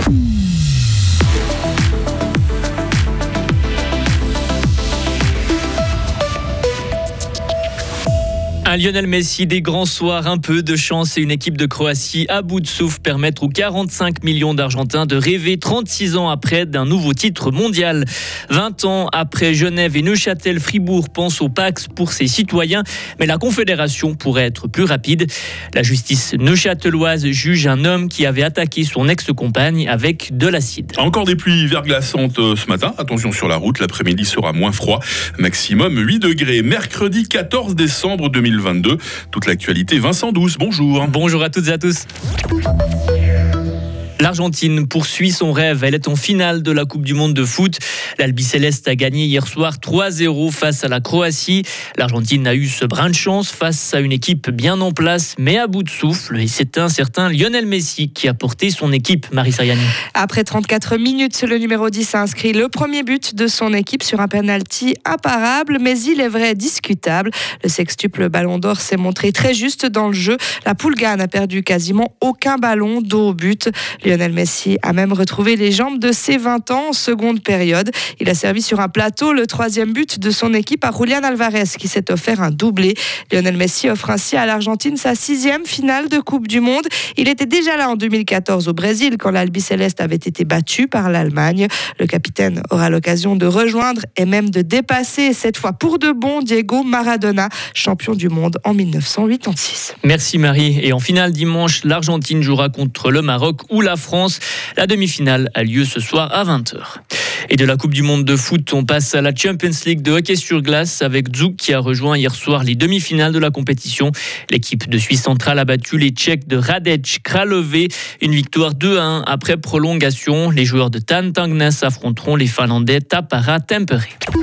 Un Lionel Messi, des grands soirs, un peu de chance et une équipe de Croatie à bout de souffle permettre aux 45 millions d'Argentins de rêver 36 ans après d'un nouveau titre mondial. 20 ans après Genève et Neuchâtel, Fribourg pense au Pax pour ses citoyens, mais la Confédération pourrait être plus rapide. La justice neuchâteloise juge un homme qui avait attaqué son ex-compagne avec de l'acide. Encore des pluies verglaçantes ce matin. Attention sur la route, l'après-midi sera moins froid. Maximum 8 degrés. Mercredi 14 décembre 2022. Toute l'actualité, Vincent Douce, bonjour. Bonjour à toutes et à tous. L'Argentine poursuit son rêve. Elle est en finale de la Coupe du Monde de foot. L'Albiceleste a gagné hier soir 3-0 face à la Croatie. L'Argentine a eu ce brin de chance face à une équipe bien en place, mais à bout de souffle. Et c'est un certain Lionel Messi qui a porté son équipe, Marie Sariani. Après 34 minutes, le numéro 10 a inscrit le premier but de son équipe sur un penalty imparable, mais il est vrai discutable. Le sextuple Ballon d'Or s'est montré très juste dans le jeu. La Pulga n'a perdu quasiment aucun ballon dos au but. Lionel Messi a même retrouvé les jambes de ses 20 ans en seconde période. Il a servi sur un plateau le troisième but de son équipe à Julián Alvarez qui s'est offert un doublé. Lionel Messi offre ainsi à l'Argentine sa 6e finale de Coupe du Monde. Il était déjà là en 2014 au Brésil quand l'Albiceleste avait été battu par l'Allemagne. Le capitaine aura l'occasion de rejoindre et même de dépasser cette fois pour de bon Diego Maradona, champion du monde en 1986. Merci Marie. Et en finale dimanche, l'Argentine jouera contre le Maroc ou la France. La demi-finale a lieu ce soir à 20h. Et de la Coupe du Monde de foot, on passe à la Champions League de hockey sur glace avec Zug qui a rejoint hier soir les demi-finales de la compétition. L'équipe de Suisse centrale a battu les Tchèques de Hradec Králové. Une victoire 2-1 après prolongation. Les joueurs de Tangnes affronteront les Finlandais Tappara Tampere.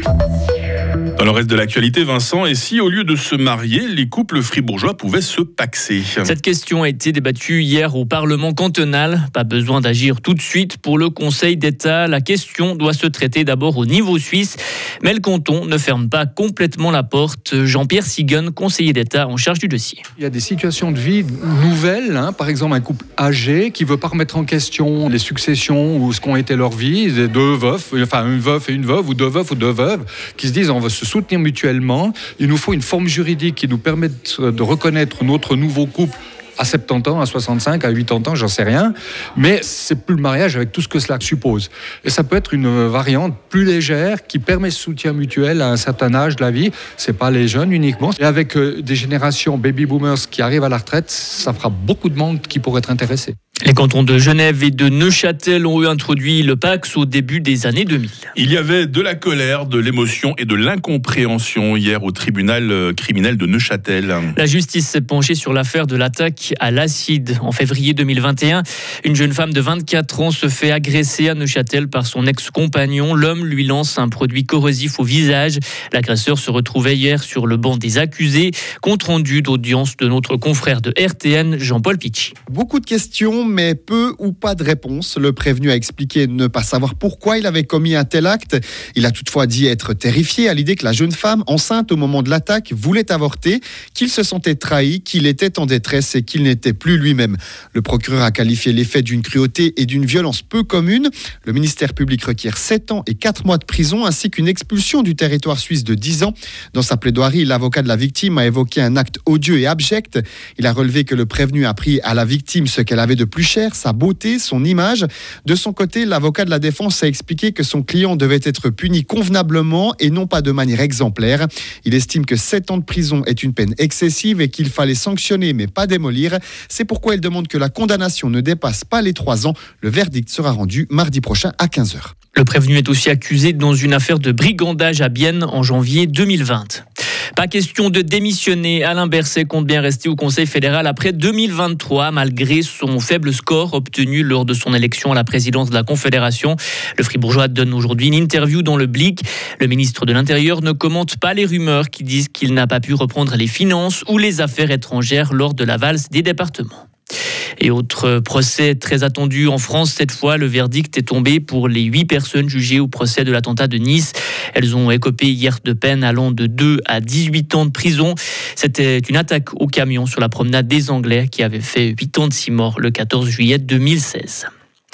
Dans le reste de l'actualité, Vincent, et si au lieu de se marier, les couples fribourgeois pouvaient se paxer ? Cette question a été débattue hier au Parlement cantonal. Pas besoin d'agir tout de suite pour le Conseil d'État. La question doit se traiter d'abord au niveau suisse. Mais le canton ne ferme pas complètement la porte. Jean-Pierre Sigun, conseiller d'État en charge du dossier. Il y a des situations de vie nouvelles, par exemple un couple âgé qui ne veut pas remettre en question les successions ou ce qu'ont été leur vie, deux veufs, enfin un veuf et une veuve, ou deux veufs ou deux veuves, qui se disent on va se soutenir mutuellement. Il nous faut une forme juridique qui nous permette de reconnaître notre nouveau couple à 70 ans, à 65, à 80 ans, j'en sais rien. Mais c'est plus le mariage avec tout ce que cela suppose. Et ça peut être une variante plus légère qui permet ce soutien mutuel à un certain âge de la vie. C'est pas les jeunes uniquement. Et avec des générations baby boomers qui arrivent à la retraite, ça fera beaucoup de monde qui pourrait être intéressé. Les cantons de Genève et de Neuchâtel ont introduit le Pax au début des années 2000. Il y avait de la colère, de l'émotion et de l'incompréhension hier au tribunal criminel de Neuchâtel. La justice s'est penchée sur l'affaire de l'attaque à l'acide. En février 2021, une jeune femme de 24 ans se fait agresser à Neuchâtel par son ex-compagnon. L'homme lui lance un produit corrosif au visage. L'agresseur se retrouvait hier sur le banc des accusés. Compte rendu d'audience de notre confrère de RTN, Jean-Paul Picci. Beaucoup de questions, mais peu ou pas de réponses. Le prévenu a expliqué ne pas savoir pourquoi il avait commis un tel acte. Il a toutefois dit être terrifié à l'idée que la jeune femme, enceinte au moment de l'attaque, voulait avorter, qu'il se sentait trahi, qu'il était en détresse et qu'il n'était plus lui-même. Le procureur a qualifié les faits d'une cruauté et d'une violence peu commune. Le ministère public requiert 7 ans et 4 mois de prison ainsi qu'une expulsion du territoire suisse de 10 ans. Dans sa plaidoirie, l'avocat de la victime a évoqué un acte odieux et abject. Il a relevé que le prévenu a pris à la victime ce qu'elle avait de plus cher, sa beauté, son image. De son côté, l'avocat de la défense a expliqué que son client devait être puni convenablement et non pas de manière exemplaire. Il estime que 7 ans de prison est une peine excessive et qu'il fallait sanctionner mais pas démolir. C'est pourquoi il demande que la condamnation ne dépasse pas les 3 ans. Le verdict sera rendu mardi prochain à 15h. Le prévenu est aussi accusé dans une affaire de brigandage à Bienne en janvier 2020. Pas question de démissionner. Alain Berset compte bien rester au Conseil fédéral après 2023, malgré son faible score obtenu lors de son élection à la présidence de la Confédération. Le Fribourgeois donne aujourd'hui une interview dans le Blick. Le ministre de l'Intérieur ne commente pas les rumeurs qui disent qu'il n'a pas pu reprendre les finances ou les affaires étrangères lors de la valse des départements. Et autre procès très attendu en France, cette fois, le verdict est tombé pour les 8 personnes jugées au procès de l'attentat de Nice. Elles ont écopé hier de peine allant de 2 à 18 ans de prison. C'était une attaque au camion sur la promenade des Anglais qui avait fait 86 morts le 14 juillet 2016.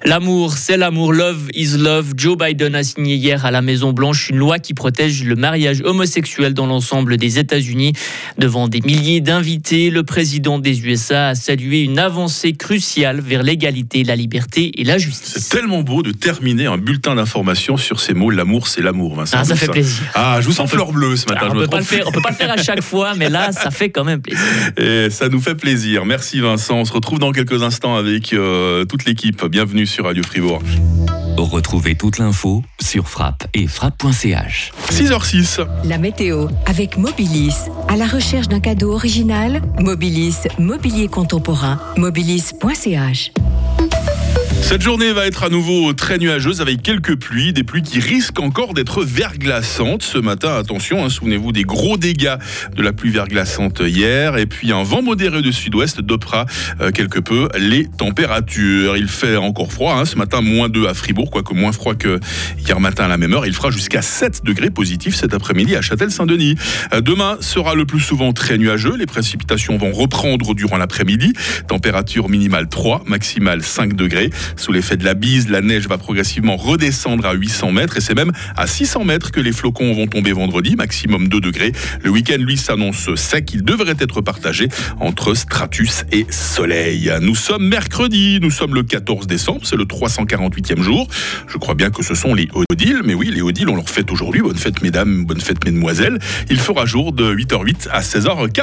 L'amour, c'est l'amour. Love is love. Joe Biden a signé hier à la Maison-Blanche une loi qui protège le mariage homosexuel dans l'ensemble des États-Unis. Devant des milliers d'invités, le président des USA a salué une avancée cruciale vers l'égalité, la liberté et la justice. C'est tellement beau de terminer un bulletin d'information sur ces mots. L'amour, c'est l'amour, Vincent. Ça fait plaisir. Je vous sens fleur bleue ce matin. On peut pas le faire à chaque fois, mais là, ça fait quand même plaisir. Et ça nous fait plaisir. Merci Vincent. On se retrouve dans quelques instants avec toute l'équipe. Bienvenue sur Radio Fribourg. Retrouvez toute l'info sur Frappe et frappe.ch. 6h06. La météo avec Mobilis. À la recherche d'un cadeau original, Mobilis, mobilier contemporain, mobilis.ch. Cette journée va être à nouveau très nuageuse avec quelques pluies, des pluies qui risquent encore d'être verglaçantes ce matin. Attention, souvenez-vous des gros dégâts de la pluie verglaçante hier. Et puis un vent modéré de sud-ouest dopera quelque peu les températures. Il fait encore froid ce matin, -2 à Fribourg, quoique moins froid que hier matin à la même heure. Il fera jusqu'à 7 degrés positifs cet après-midi à Châtel-Saint-Denis. Demain sera le plus souvent très nuageux. Les précipitations vont reprendre durant l'après-midi. Température minimale 3, maximale 5 degrés. Sous l'effet de la bise, la neige va progressivement redescendre à 800 mètres et c'est même à 600 mètres que les flocons vont tomber vendredi, maximum 2 degrés. Le week-end, lui, s'annonce sec. Il devrait être partagé entre stratus et soleil. Nous sommes mercredi, nous sommes le 14 décembre, c'est le 348e jour. Je crois bien que ce sont les Odile, mais oui, les Odile, on leur fête aujourd'hui. Bonne fête mesdames, bonne fête mesdemoiselles. Il fera jour de 8h08 à 16h40.